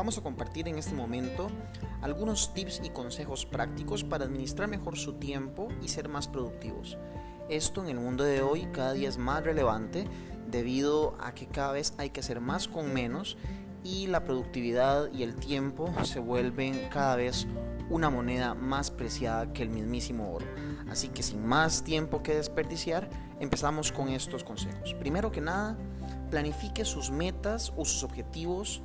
Vamos a compartir en este momento algunos tips y consejos prácticos para administrar mejor su tiempo y ser más productivos. Esto en el mundo de hoy cada día es más relevante debido a que cada vez hay que hacer más con menos y la productividad y el tiempo se vuelven cada vez una moneda más preciada que el mismísimo oro. Así que sin más tiempo que desperdiciar, empezamos con estos consejos. Primero que nada, planifique sus metas o sus objetivos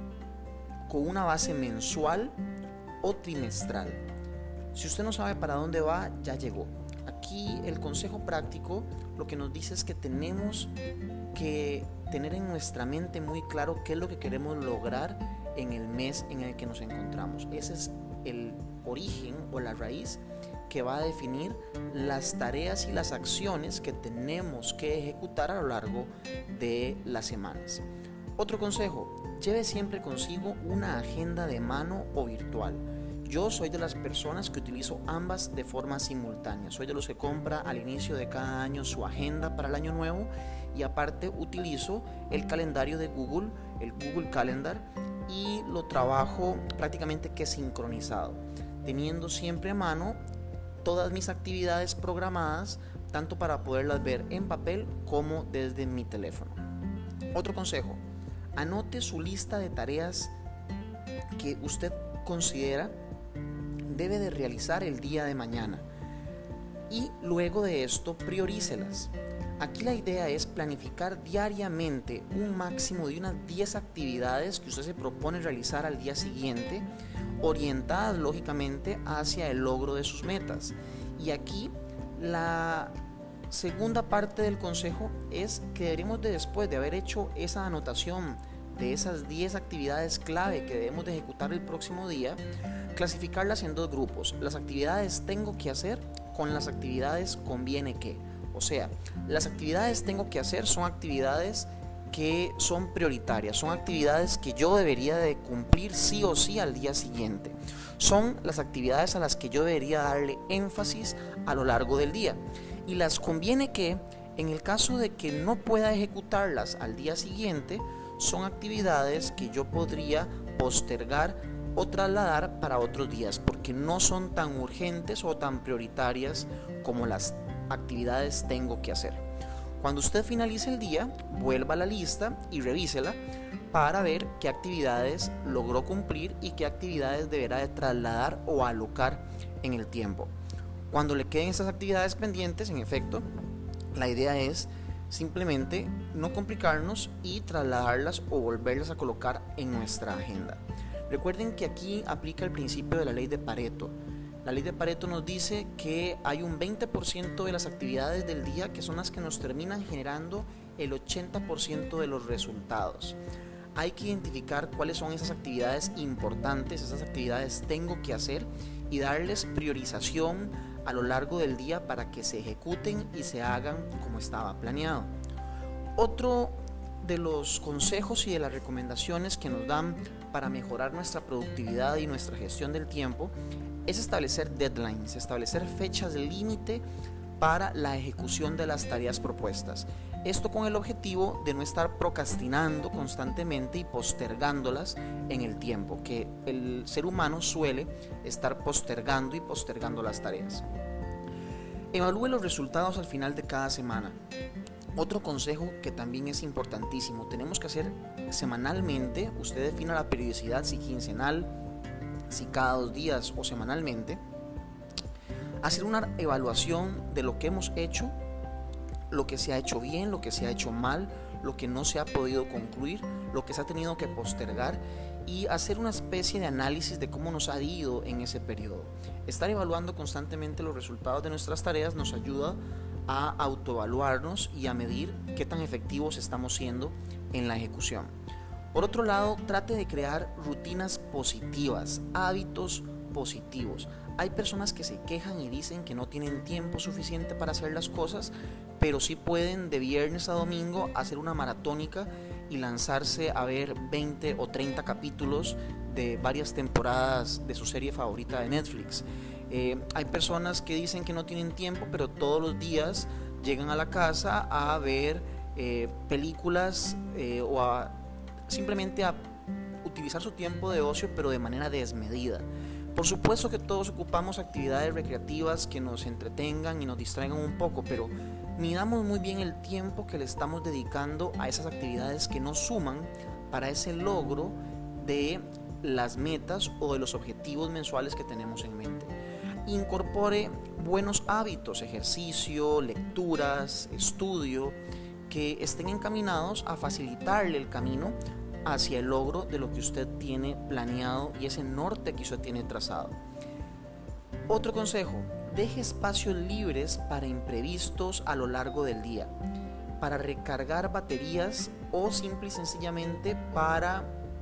con una base mensual o trimestral. Si usted no sabe para dónde va, ya llegó. Aquí el consejo práctico lo que nos dice es que tenemos que tener en nuestra mente muy claro qué es lo que queremos lograr en el mes en el que nos encontramos. Ese es el origen o la raíz que va a definir las tareas y las acciones que tenemos que ejecutar a lo largo de las semanas. Otro consejo, lleve siempre consigo una agenda de mano o virtual. Yo soy de las personas que utilizo ambas de forma simultánea. Soy de los que compra al inicio de cada año su agenda para el año nuevo y aparte utilizo el calendario de Google, el Google Calendar, y lo trabajo prácticamente que sincronizado, teniendo siempre a mano todas mis actividades programadas, tanto para poderlas ver en papel como desde mi teléfono. Otro consejo, anote su lista de tareas que usted considera debe de realizar el día de mañana y luego de esto priorícelas. Aquí la idea es planificar diariamente un máximo de unas 10 actividades que usted se propone realizar al día siguiente, orientadas lógicamente hacia el logro de sus metas. Y aquí la segunda parte del consejo es que deberemos de, después de haber hecho esa anotación de esas 10 actividades clave que debemos de ejecutar el próximo día, clasificarlas en dos grupos: las actividades tengo que hacer con las actividades conviene que. O sea, las actividades tengo que hacer son actividades que son prioritarias, son actividades que yo debería de cumplir sí o sí al día siguiente. Son las actividades a las que yo debería darle énfasis a lo largo del día. Y las conviene que, en el caso de que no pueda ejecutarlas al día siguiente, son actividades que yo podría postergar o trasladar para otros días, porque no son tan urgentes o tan prioritarias como las actividades tengo que hacer. Cuando usted finalice el día, vuelva a la lista y revísela para ver qué actividades logró cumplir y qué actividades deberá de trasladar o alocar en el tiempo. Cuando le queden esas actividades pendientes, en efecto, la idea es simplemente no complicarnos y trasladarlas o volverlas a colocar en nuestra agenda. Recuerden que aquí aplica el principio de la ley de Pareto. La ley de Pareto nos dice que hay un 20% de las actividades del día que son las que nos terminan generando el 80% de los resultados. Hay que identificar cuáles son esas actividades importantes, esas actividades tengo que hacer y darles priorización a lo largo del día para que se ejecuten y se hagan como estaba planeado. Otro de los consejos y de las recomendaciones que nos dan para mejorar nuestra productividad y nuestra gestión del tiempo es establecer deadlines, establecer fechas límite para la ejecución de las tareas propuestas. Esto con el objetivo de no estar procrastinando constantemente y postergándolas en el tiempo, que el ser humano suele estar postergando y postergando las tareas. Evalúe los resultados al final de cada semana. Otro consejo que también es importantísimo, tenemos que hacer semanalmente, usted defina la periodicidad, si quincenal, si cada 2 días o semanalmente, hacer una evaluación de lo que hemos hecho, lo que se ha hecho bien, lo que se ha hecho mal, lo que no se ha podido concluir, lo que se ha tenido que postergar y hacer una especie de análisis de cómo nos ha ido en ese periodo. Estar evaluando constantemente los resultados de nuestras tareas nos ayuda a autoevaluarnos y a medir qué tan efectivos estamos siendo en la ejecución. Por otro lado, trate de crear rutinas positivas, hábitos positivos. Hay personas que se quejan y dicen que no tienen tiempo suficiente para hacer las cosas, pero sí pueden de viernes a domingo hacer una maratónica y lanzarse a ver 20 o 30 capítulos de varias temporadas de su serie favorita de Netflix. Hay personas que dicen que no tienen tiempo, pero todos los días llegan a la casa a ver películas o simplemente a utilizar su tiempo de ocio, pero de manera desmedida. Por supuesto que todos ocupamos actividades recreativas que nos entretengan y nos distraigan un poco, pero midamos muy bien el tiempo que le estamos dedicando a esas actividades que nos suman para ese logro de las metas o de los objetivos mensuales que tenemos en mente. Incorpore buenos hábitos, ejercicio, lecturas, estudio, que estén encaminados a facilitarle el camino hacia el logro de lo que usted tiene planeado y ese norte que usted tiene trazado. Otro consejo: deje espacios libres para imprevistos a lo largo del día, para recargar baterías o simple y sencillamente para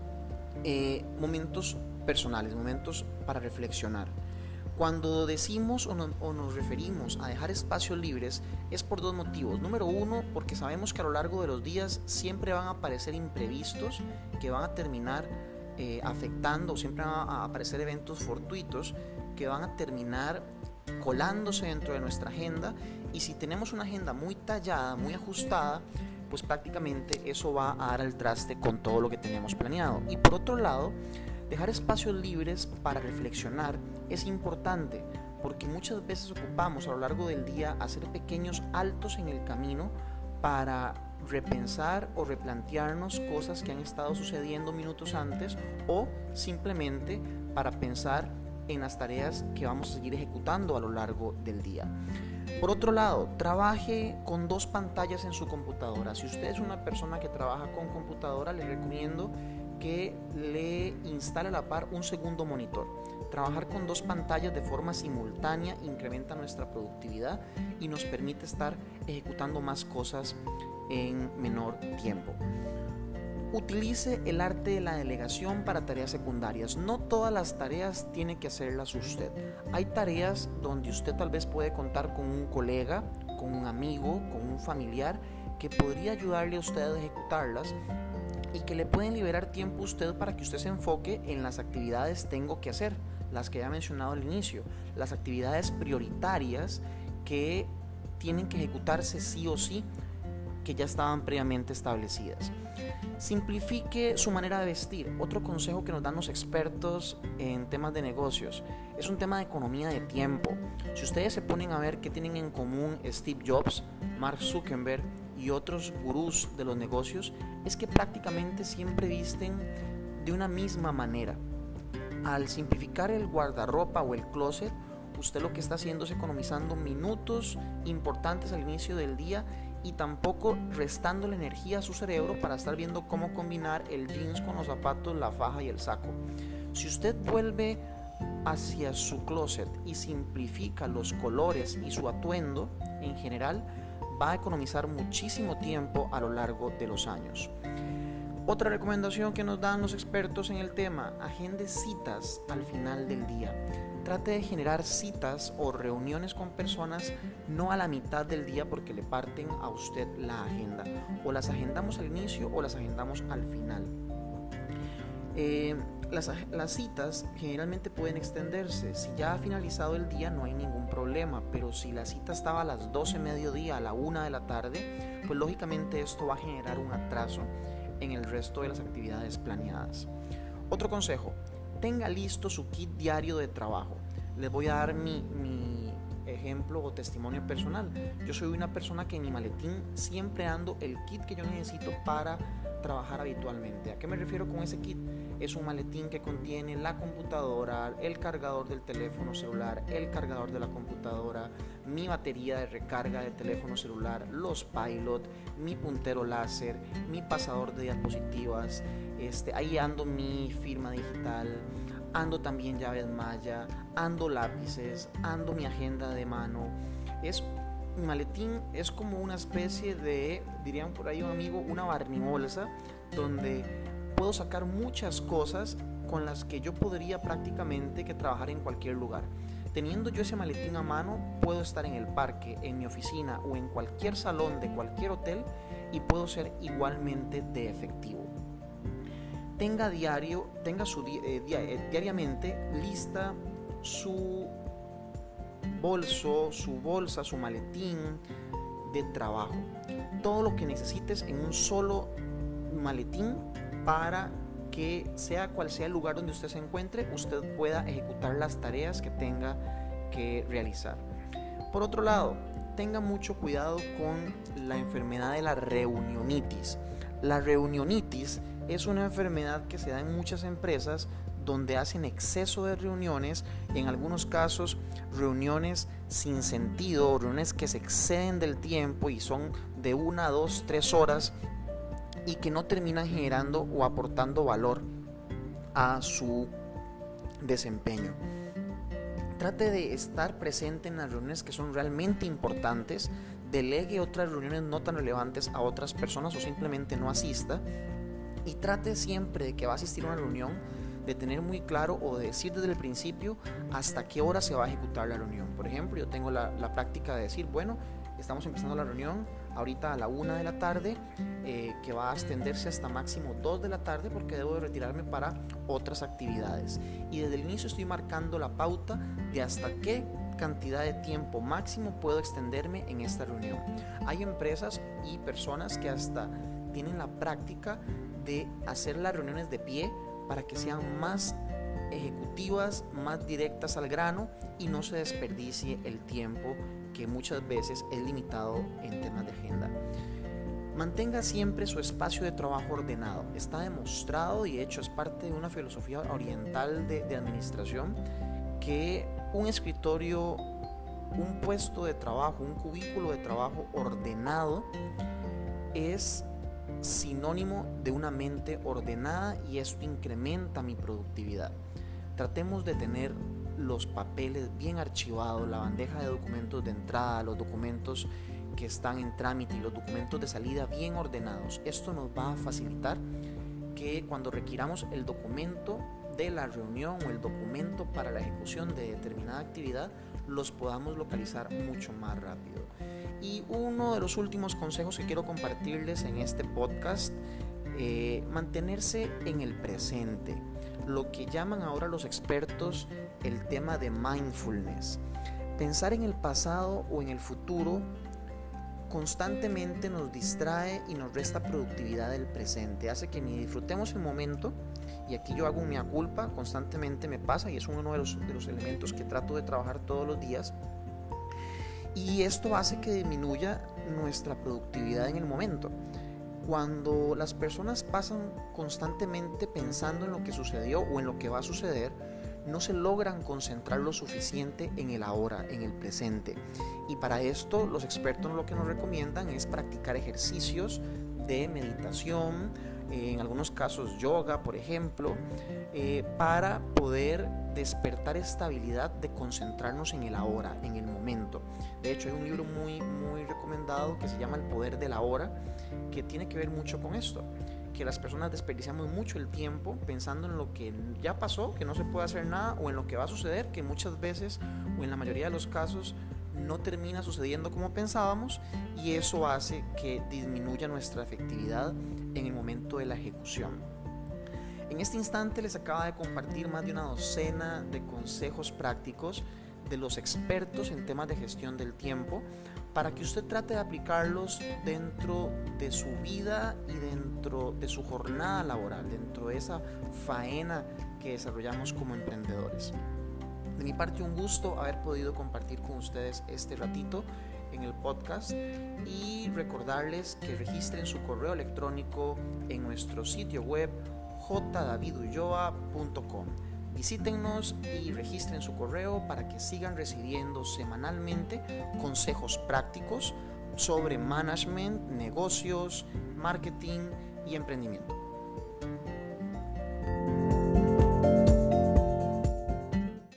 momentos personales, momentos para reflexionar. Cuando decimos o nos referimos a dejar espacios libres es por dos motivos. Número uno, porque sabemos que a lo largo de los días siempre van a aparecer imprevistos que van a terminar afectando, o siempre van a aparecer eventos fortuitos que van a terminar colándose dentro de nuestra agenda, y si tenemos una agenda muy tallada, muy ajustada, pues prácticamente eso va a dar al traste con todo lo que tenemos planeado. Y por otro lado, dejar espacios libres para reflexionar es importante, porque muchas veces ocupamos a lo largo del día hacer pequeños altos en el camino para repensar o replantearnos cosas que han estado sucediendo minutos antes, o simplemente para pensar en las tareas que vamos a seguir ejecutando a lo largo del día. Por otro lado, trabaje con 2 pantallas en su computadora. Si usted es una persona que trabaja con computadora, le recomiendo que le instale a la par un segundo monitor. Trabajar con 2 pantallas de forma simultánea incrementa nuestra productividad y nos permite estar ejecutando más cosas en menor tiempo. Utilice el arte de la delegación para tareas secundarias. No todas las tareas tiene que hacerlas usted. Hay tareas donde usted tal vez puede contar con un colega, con un amigo, con un familiar que podría ayudarle a usted a ejecutarlas y que le pueden liberar tiempo a usted para que usted se enfoque en las actividades tengo que hacer, las que ya he mencionado al inicio, las actividades prioritarias que tienen que ejecutarse sí o sí, que ya estaban previamente establecidas. Simplifique su manera de vestir. Otro consejo que nos dan los expertos en temas de negocios es un tema de economía de tiempo. Si ustedes se ponen a ver qué tienen en común Steve Jobs, Mark Zuckerberg y otros gurús de los negocios, es que prácticamente siempre visten de una misma manera. Al simplificar el guardarropa o el closet, usted lo que está haciendo es economizando minutos importantes al inicio del día y tampoco restándole energía a su cerebro para estar viendo cómo combinar el jeans con los zapatos, la faja y el saco. Si usted vuelve hacia su closet y simplifica los colores y su atuendo en general, va a economizar muchísimo tiempo a lo largo de los años. Otra recomendación que nos dan los expertos en el tema: agende citas al final del día. Trate de generar citas o reuniones con personas no a la mitad del día, porque le parten a usted la agenda. O las agendamos al inicio o las agendamos al final. Las citas generalmente pueden extenderse. Si ya ha finalizado el día no hay ningún problema, pero si la cita estaba a las 12 mediodía, a la 1 de la tarde, pues lógicamente esto va a generar un atraso en el resto de las actividades planeadas. Otro consejo: tenga listo su kit diario de trabajo. Les voy a dar mi ejemplo o testimonio personal. Yo soy una persona que en mi maletín siempre ando el kit que yo necesito para trabajar habitualmente. ¿A qué me refiero con ese kit? Es un maletín que contiene la computadora, el cargador del teléfono celular, el cargador de la computadora, mi batería de recarga de teléfono celular, los pilot, mi puntero láser, mi pasador de diapositivas, ahí ando mi firma digital, ando también llaves malla, ando lápices, ando mi agenda de mano. Mi maletín es como una especie de, dirían por ahí un amigo, una barnibolsa, donde puedo sacar muchas cosas con las que yo podría prácticamente que trabajar en cualquier lugar. Teniendo yo ese maletín a mano, puedo estar en el parque, en mi oficina o en cualquier salón de cualquier hotel y puedo ser igualmente de efectivo. Tenga diariamente lista su bolso, su bolsa, su maletín de trabajo. Todo lo que necesites en un solo maletín para que sea cual sea el lugar donde usted se encuentre, usted pueda ejecutar las tareas que tenga que realizar. Por otro lado, tenga mucho cuidado con la enfermedad de la reunionitis. La reunionitis es una enfermedad que se da en muchas empresas donde hacen exceso de reuniones, en algunos casos reuniones sin sentido, reuniones que se exceden del tiempo y son de 1, 2, 3 horas y que no terminan generando o aportando valor a su desempeño. Trate de estar presente en las reuniones que son realmente importantes, delegue otras reuniones no tan relevantes a otras personas o simplemente no asista, y trate siempre de que va a asistir a una reunión de tener muy claro o de decir desde el principio hasta qué hora se va a ejecutar la reunión. Por ejemplo, yo tengo la práctica de decir, bueno, estamos empezando la reunión ahorita a la 1 de la tarde, que va a extenderse hasta máximo 2 de la tarde porque debo de retirarme para otras actividades. Y desde el inicio estoy marcando la pauta de hasta qué cantidad de tiempo máximo puedo extenderme en esta reunión. Hay empresas y personas que hasta tienen la práctica de hacer las reuniones de pie para que sean más ejecutivas, más directas al grano y no se desperdicie el tiempo que muchas veces es limitado en temas de agenda. Mantenga siempre su espacio de trabajo ordenado. Está demostrado y de hecho es parte de una filosofía oriental de administración que un escritorio, un puesto de trabajo, un cubículo de trabajo ordenado es sinónimo de una mente ordenada y esto incrementa mi productividad. Tratemos de tener los papeles bien archivados, la bandeja de documentos de entrada, los documentos que están en trámite y los documentos de salida bien ordenados. Esto nos va a facilitar que cuando requiramos el documento de la reunión o el documento para la ejecución de determinada actividad, los podamos localizar mucho más rápido. Y uno de los últimos consejos que quiero compartirles en este podcast, mantenerse en el presente, lo que llaman ahora los expertos el tema de mindfulness. Pensar en el pasado o en el futuro constantemente nos distrae y nos resta productividad del presente, hace que ni disfrutemos el momento. Y aquí yo hago un mea culpa, constantemente me pasa y es uno de los elementos que trato de trabajar todos los días. Y esto hace que disminuya nuestra productividad en el momento. Cuando las personas pasan constantemente pensando en lo que sucedió o en lo que va a suceder, no se logran concentrar lo suficiente en el ahora, en el presente. Y para esto los expertos lo que nos recomiendan es practicar ejercicios de meditación, en algunos casos yoga, por ejemplo, para poder despertar esta habilidad de concentrarnos en el ahora, en el momento. De hecho, hay un libro muy recomendado que se llama El Poder de la Hora, que tiene que ver mucho con esto, que las personas desperdiciamos mucho el tiempo pensando en lo que ya pasó, que no se puede hacer nada, o en lo que va a suceder, que muchas veces, o en la mayoría de los casos, no termina sucediendo como pensábamos, y eso hace que disminuya nuestra efectividad en el momento de la ejecución. En este instante les acaba de compartir más de una docena de consejos prácticos de los expertos en temas de gestión del tiempo para que usted trate de aplicarlos dentro de su vida y dentro de su jornada laboral, dentro de esa faena que desarrollamos como emprendedores. De mi parte, un gusto haber podido compartir con ustedes este ratito en el podcast y recordarles que registren su correo electrónico en nuestro sitio web jdavidulloa.com. Visítennos y registren su correo para que sigan recibiendo semanalmente consejos prácticos sobre management, negocios, marketing y emprendimiento.